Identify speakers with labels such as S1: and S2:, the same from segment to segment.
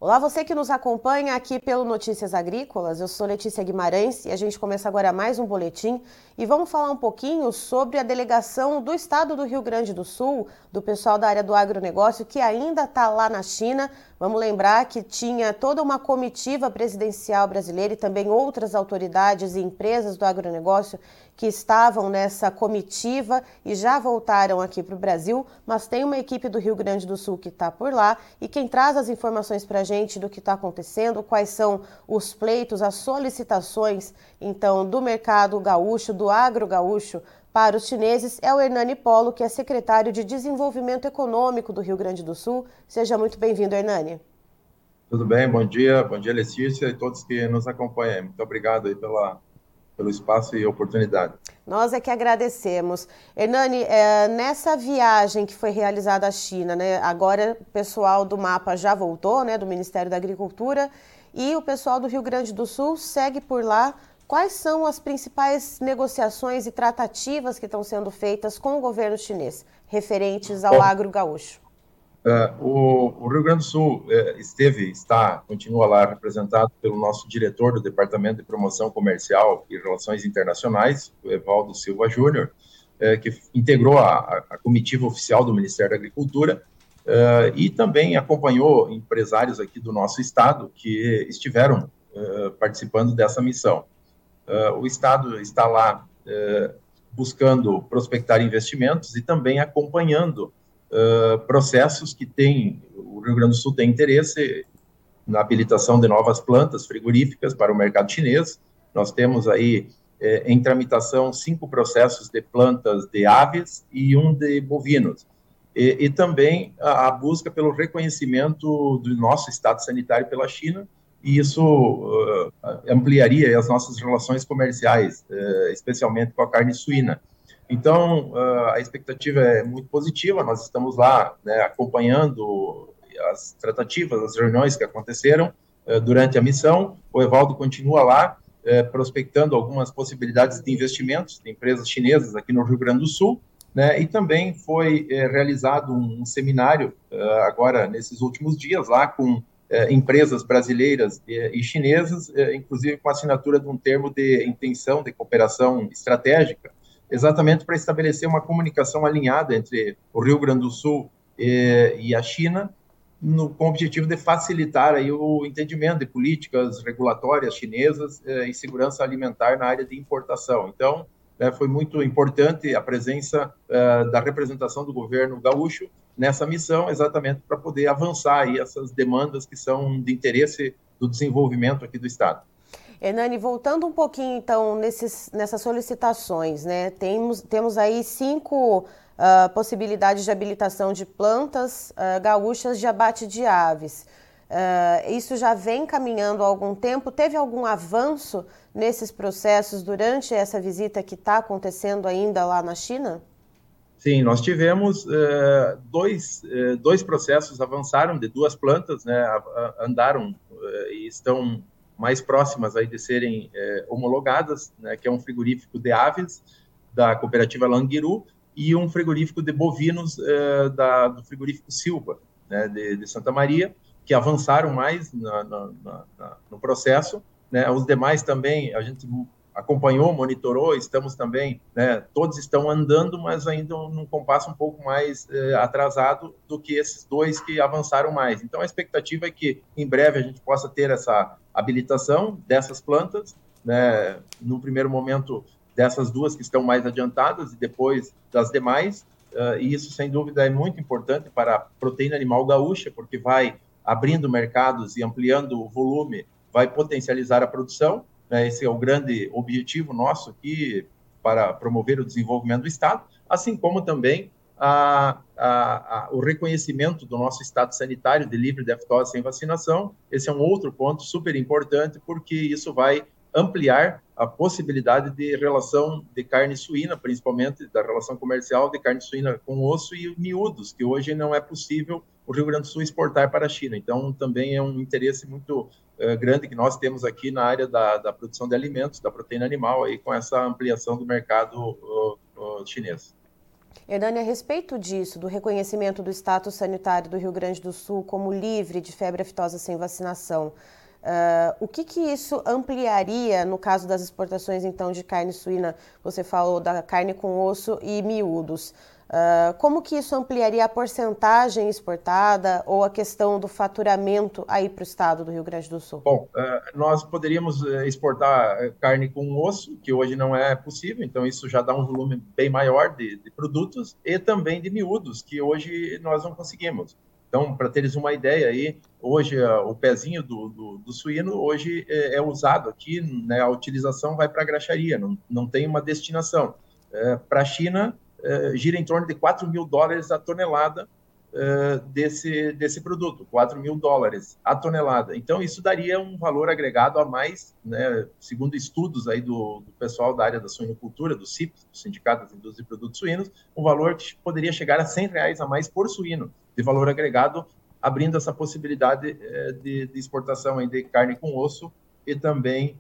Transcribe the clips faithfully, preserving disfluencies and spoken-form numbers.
S1: Olá, você que nos acompanha aqui pelo Notícias Agrícolas. Eu sou Letícia Guimarães e a gente começa agora mais um boletim e vamos falar um pouquinho sobre a delegação do estado do Rio Grande do Sul, do pessoal da área do agronegócio que ainda está lá na China. Vamos lembrar que tinha toda uma comitiva presidencial brasileira e também outras autoridades e empresas do agronegócio que estavam nessa comitiva e já voltaram aqui para o Brasil, mas tem uma equipe do Rio Grande do Sul que está por lá e quem traz as informações para a gente do que está acontecendo, quais são os pleitos, as solicitações, então, do mercado gaúcho, do agro gaúcho para os chineses, é o Hernani Polo, que é secretário de Desenvolvimento Econômico do Rio Grande do Sul. Seja muito bem-vindo, Hernani.
S2: Tudo bem? Bom dia, bom dia, Letícia, e todos que nos acompanham. Muito obrigado aí pela, pelo espaço e oportunidade.
S1: Nós é que agradecemos. Hernani, é, nessa viagem que foi realizada à China, né, agora o pessoal do MAPA já voltou, né, do Ministério da Agricultura, e o pessoal do Rio Grande do Sul segue por lá. Quais são as principais negociações e tratativas que estão sendo feitas com o governo chinês, referentes ao
S2: Bom,
S1: agro gaúcho?
S2: uh, o, o Rio Grande do Sul uh, esteve, está, continua lá representado pelo nosso diretor do Departamento de Promoção Comercial e Relações Internacionais, o Evaldo Silva Júnior, uh, que integrou a, a, a comitiva oficial do Ministério da Agricultura uh, e também acompanhou empresários aqui do nosso estado que estiveram uh, participando dessa missão. Uh, o Estado está lá uh, buscando prospectar investimentos e também acompanhando uh, processos que tem, o Rio Grande do Sul tem interesse na habilitação de novas plantas frigoríficas para o mercado chinês. Nós temos aí eh, em tramitação cinco processos de plantas de aves e um de bovinos. E, e também a, a busca pelo reconhecimento do nosso estado sanitário pela China, e isso uh, ampliaria as nossas relações comerciais, uh, especialmente com a carne suína. Então, uh, a expectativa é muito positiva, nós estamos lá, né, acompanhando as tratativas, as reuniões que aconteceram uh, durante a missão. O Evaldo continua lá, uh, prospectando algumas possibilidades de investimentos de empresas chinesas aqui no Rio Grande do Sul, né, e também foi uh, realizado um, um seminário, uh, agora, nesses últimos dias, lá com eh, empresas brasileiras eh, e chinesas, eh, inclusive com a assinatura de um termo de intenção de cooperação estratégica, exatamente para estabelecer uma comunicação alinhada entre o Rio Grande do Sul eh, e a China, no, com o objetivo de facilitar aí o entendimento de políticas regulatórias chinesas eh, e segurança alimentar na área de importação. Então, eh, foi muito importante a presença eh, da representação do governo gaúcho nessa missão, exatamente para poder avançar aí essas demandas que são de interesse do desenvolvimento aqui do Estado.
S1: Hernani, voltando um pouquinho então nesses, nessas solicitações, né? Temos, temos aí cinco uh, possibilidades de habilitação de plantas uh, gaúchas de abate de aves. Uh, isso já vem caminhando há algum tempo. Teve algum avanço nesses processos durante essa visita que está acontecendo ainda lá na China?
S2: Sim, nós tivemos uh, dois, uh, dois processos avançaram de duas plantas, né, a, a, andaram uh, e estão mais próximas aí de serem uh, homologadas, né, que é um frigorífico de aves da cooperativa Languiru e um frigorífico de bovinos uh, da, do frigorífico Silva, né, de, de Santa Maria, que avançaram mais na, na, na, no processo, né, os demais também a gente acompanhou, monitorou, estamos também, né, todos estão andando, mas ainda num compasso um pouco mais eh, atrasado do que esses dois que avançaram mais. Então, a expectativa é que, em breve, a gente possa ter essa habilitação dessas plantas, né, no primeiro momento, dessas duas que estão mais adiantadas e depois das demais, uh, e isso, sem dúvida, é muito importante para a proteína animal gaúcha, porque vai abrindo mercados e ampliando o volume, vai potencializar a produção. Esse é o grande objetivo nosso aqui para promover o desenvolvimento do Estado, assim como também a, a, a, o reconhecimento do nosso estado sanitário de livre de aftosa sem vacinação. Esse é um outro ponto super importante, porque isso vai ampliar a possibilidade de relação de carne suína, principalmente da relação comercial de carne suína com osso e miúdos, que hoje não é possível o Rio Grande do Sul exportar para a China. Então, também é um interesse muito uh, grande que nós temos aqui na área da, da produção de alimentos, da proteína animal, aí, com essa ampliação do mercado uh, uh, chinês.
S1: Hernani, a respeito disso, do reconhecimento do status sanitário do Rio Grande do Sul como livre de febre aftosa sem vacinação, uh, o que que isso ampliaria no caso das exportações, então, de carne suína? Você falou da carne com osso e miúdos. Uh, como que isso ampliaria a porcentagem exportada ou a questão do faturamento aí para o estado do Rio Grande do Sul?
S2: Bom, uh, nós poderíamos exportar carne com osso, que hoje não é possível, então isso já dá um volume bem maior de, de produtos, e também de miúdos, que hoje nós não conseguimos. Então, para teres uma ideia aí, hoje uh, o pezinho do, do, do suíno hoje é, é usado aqui, né, a utilização vai para a graxaria, não, não tem uma destinação. Uh, para a China, Uh, gira em torno de quatro mil dólares a tonelada uh, desse, desse produto, quatro mil dólares a tonelada. Então, isso daria um valor agregado a mais, né, segundo estudos aí do, do pessoal da área da suinocultura, do C I P, do Sindicato das Indústrias de Produtos Suínos, um valor que poderia chegar a cem reais a mais por suíno, de valor agregado, abrindo essa possibilidade uh, de, de exportação aí de carne com osso e também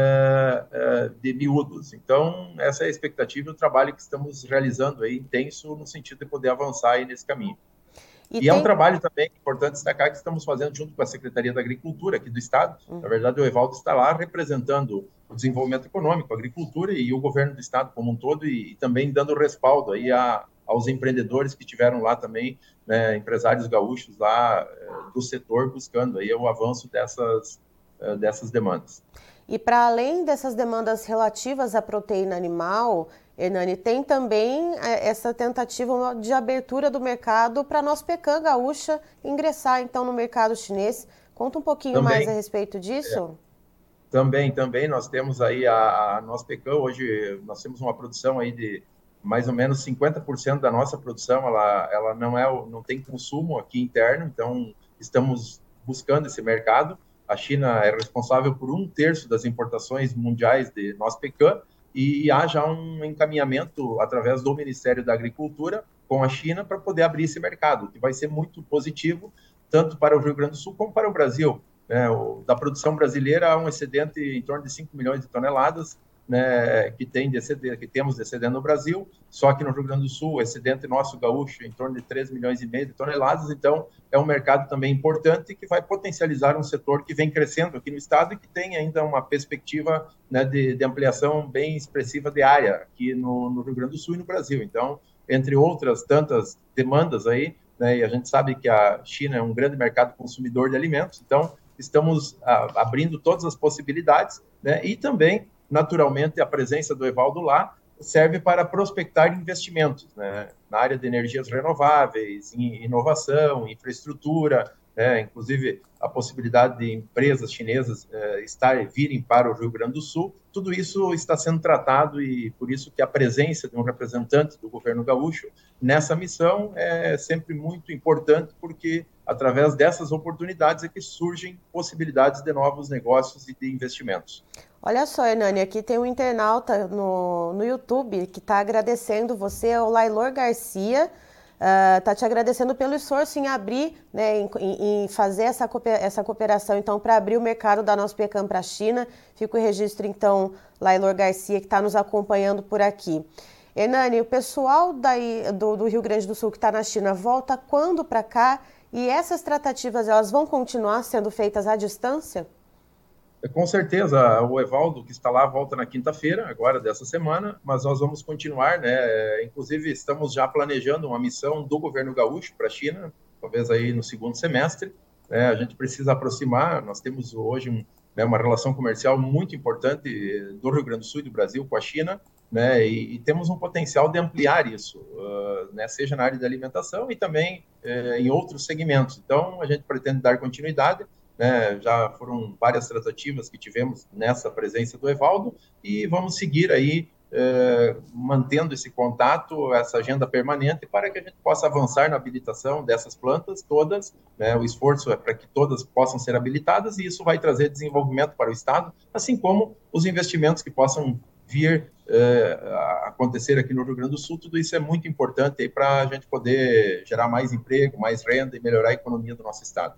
S2: É, é, de miúdos. Então, essa é a expectativa e o trabalho que estamos realizando aí, intenso, no sentido de poder avançar aí nesse caminho. E, e tem... é um trabalho também importante destacar que estamos fazendo junto com a Secretaria da Agricultura aqui do Estado. Uhum. Na verdade, o Evaldo está lá representando o desenvolvimento econômico, a agricultura e o governo do Estado como um todo, e, e também dando respaldo aí a, aos empreendedores que tiveram lá também, né, empresários gaúchos lá é, do setor, buscando aí o avanço dessas, é, dessas demandas.
S1: E para além dessas demandas relativas à proteína animal, Hernani, tem também essa tentativa de abertura do mercado para a Nospecan gaúcha ingressar, então, no mercado chinês. Conta um pouquinho também, mais a respeito disso.
S2: É, também, também, nós temos aí a, a Nospecan, hoje nós temos uma produção aí de mais ou menos cinquenta por cento da nossa produção, ela, ela não, é, não tem consumo aqui interno, então estamos buscando esse mercado. A China é responsável por um terço das importações mundiais de Nospecan e há já um encaminhamento através do Ministério da Agricultura com a China para poder abrir esse mercado, que vai ser muito positivo, tanto para o Rio Grande do Sul como para o Brasil. Né? O, da produção brasileira há um excedente em torno de cinco milhões de toneladas, né, que, tem de excedente, que temos de excedente no Brasil, só que no Rio Grande do Sul, o excedente nosso gaúcho em torno de três milhões e meio de toneladas, então é um mercado também importante que vai potencializar um setor que vem crescendo aqui no estado e que tem ainda uma perspectiva, né, de, de ampliação bem expressiva de área aqui no, no Rio Grande do Sul e no Brasil. Então, entre outras tantas demandas aí, né, e a gente sabe que a China é um grande mercado consumidor de alimentos, então estamos a, abrindo todas as possibilidades, né, e também naturalmente, a presença do Evaldo lá serve para prospectar investimentos, né, na área de energias renováveis, em inovação, infraestrutura, né, inclusive a possibilidade de empresas chinesas eh, estar, virem para o Rio Grande do Sul. Tudo isso está sendo tratado e por isso que a presença de um representante do governo gaúcho nessa missão é sempre muito importante, porque através dessas oportunidades é que surgem possibilidades de novos negócios e de investimentos.
S1: Olha só, Hernani, aqui tem um internauta no, no YouTube que está agradecendo você, é o Lailor Garcia, está uh, te agradecendo pelo esforço em abrir, né, em, em fazer essa, essa cooperação, então, para abrir o mercado da Nospecan para a China. Fica o registro, então, Lailor Garcia, que está nos acompanhando por aqui. Hernani, o pessoal daí, do, do Rio Grande do Sul que está na China volta quando para cá? E essas tratativas, elas vão continuar sendo feitas à distância?
S2: Com certeza, o Evaldo, que está lá, volta na quinta-feira, agora dessa semana, mas nós vamos continuar, né? Inclusive, estamos já planejando uma missão do governo gaúcho para a China, talvez aí no segundo semestre. Né? A gente precisa aproximar, nós temos hoje um, né, uma relação comercial muito importante do Rio Grande do Sul e do Brasil com a China, né? E, e temos um potencial de ampliar isso, uh, né? Seja na área da alimentação e também uh, em outros segmentos. Então, a gente pretende dar continuidade. Né, já foram várias tratativas que tivemos nessa presença do Evaldo e vamos seguir aí eh, mantendo esse contato, essa agenda permanente para que a gente possa avançar na habilitação dessas plantas todas, né, o esforço é para que todas possam ser habilitadas e isso vai trazer desenvolvimento para o Estado, assim como os investimentos que possam vir eh, a acontecer aqui no Rio Grande do Sul. Tudo isso é muito importante para a gente poder gerar mais emprego, mais renda e melhorar a economia do nosso Estado.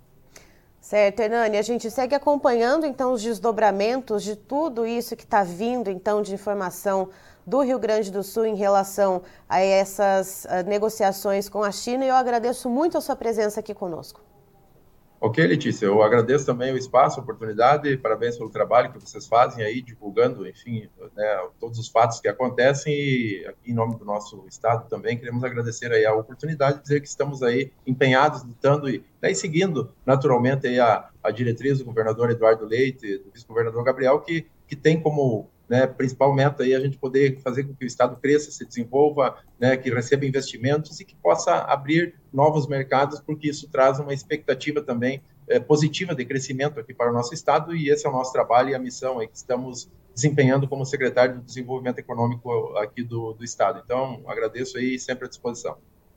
S1: Certo, Hernani, a gente segue acompanhando então os desdobramentos de tudo isso que está vindo então de informação do Rio Grande do Sul em relação a essas uh, negociações com a China, e eu agradeço muito a sua presença aqui conosco.
S2: Ok, Letícia, eu agradeço também o espaço, a oportunidade, parabéns pelo trabalho que vocês fazem aí, divulgando, enfim, né, todos os fatos que acontecem, e aqui em nome do nosso estado também queremos agradecer aí a oportunidade de dizer que estamos aí empenhados, lutando e, né, e seguindo naturalmente aí a, a diretriz do governador Eduardo Leite, do vice-governador Gabriel, que, que tem como, né, principal meta aí a gente poder fazer com que o estado cresça, se desenvolva, né, que receba investimentos e que possa abrir novos mercados, porque isso traz uma expectativa também é, positiva de crescimento aqui para o nosso estado, e esse é o nosso trabalho e a missão aí que estamos desempenhando como secretário de Desenvolvimento Econômico aqui do, do estado. Então, agradeço aí, sempre à disposição.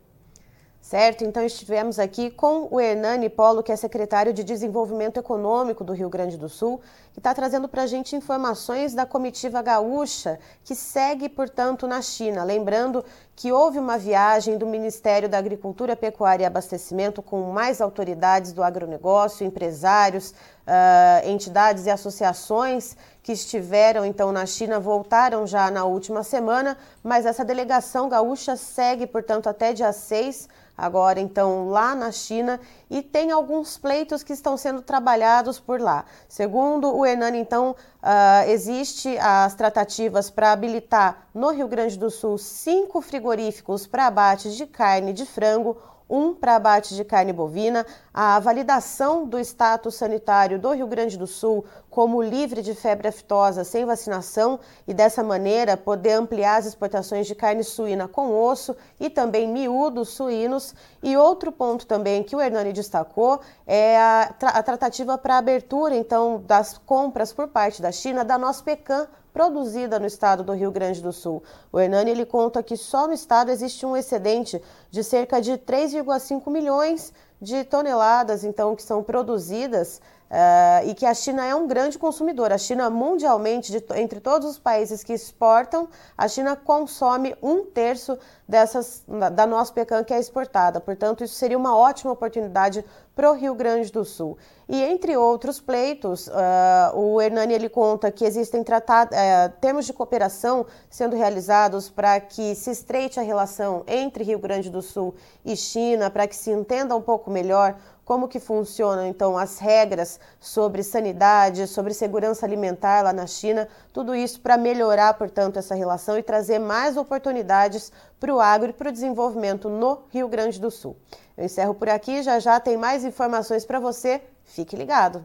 S1: Certo, então estivemos aqui com o Hernani Polo, que é secretário de Desenvolvimento Econômico do Rio Grande do Sul, que está trazendo para a gente informações da comitiva gaúcha, que segue, portanto, na China. Lembrando que houve uma viagem do Ministério da Agricultura, Pecuária e Abastecimento com mais autoridades do agronegócio, empresários, uh, entidades e associações que estiveram, então, na China, voltaram já na última semana, mas essa delegação gaúcha segue, portanto, até dia seis, agora, então, lá na China, e tem alguns pleitos que estão sendo trabalhados por lá. Segundo o Hernani, então, uh, existe as tratativas para habilitar no Rio Grande do Sul cinco frigoríficos para abate de carne de frango, um para abate de carne bovina, a validação do status sanitário do Rio Grande do Sul como livre de febre aftosa sem vacinação, e dessa maneira poder ampliar as exportações de carne suína com osso e também miúdos suínos. E outro ponto também que o Hernani destacou é a, tra a tratativa para a abertura, então, das compras por parte da China da noz pecan produzida no estado do Rio Grande do Sul. O Hernani, ele conta que só no estado existe um excedente de cerca de três vírgula cinco milhões de toneladas, então, que são produzidas, uh, e que a China é um grande consumidor. A China, mundialmente, de, entre todos os países que exportam, a China consome um terço dessas, da noz pecan que é exportada. Portanto, isso seria uma ótima oportunidade para o Rio Grande do Sul. E entre outros pleitos, uh, o Hernani, ele conta que existem tratado, uh, termos de cooperação sendo realizados para que se estreite a relação entre Rio Grande do Sul e China, para que se entenda um pouco melhor como que funcionam, então, as regras sobre sanidade, sobre segurança alimentar lá na China, tudo isso para melhorar, portanto, essa relação e trazer mais oportunidades para o agro e para o desenvolvimento no Rio Grande do Sul. Eu encerro por aqui, já já tem mais informações para você, fique ligado!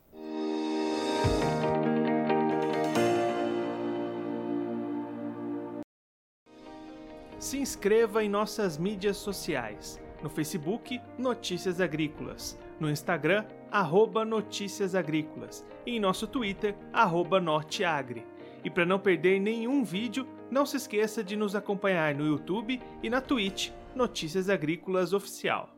S3: Se inscreva em nossas mídias sociais. No Facebook, Notícias Agrícolas. No Instagram, arroba Notícias Agrícolas. E em nosso Twitter, arroba Norteagri. E para não perder nenhum vídeo, não se esqueça de nos acompanhar no YouTube e na Twitch, Notícias Agrícolas Oficial.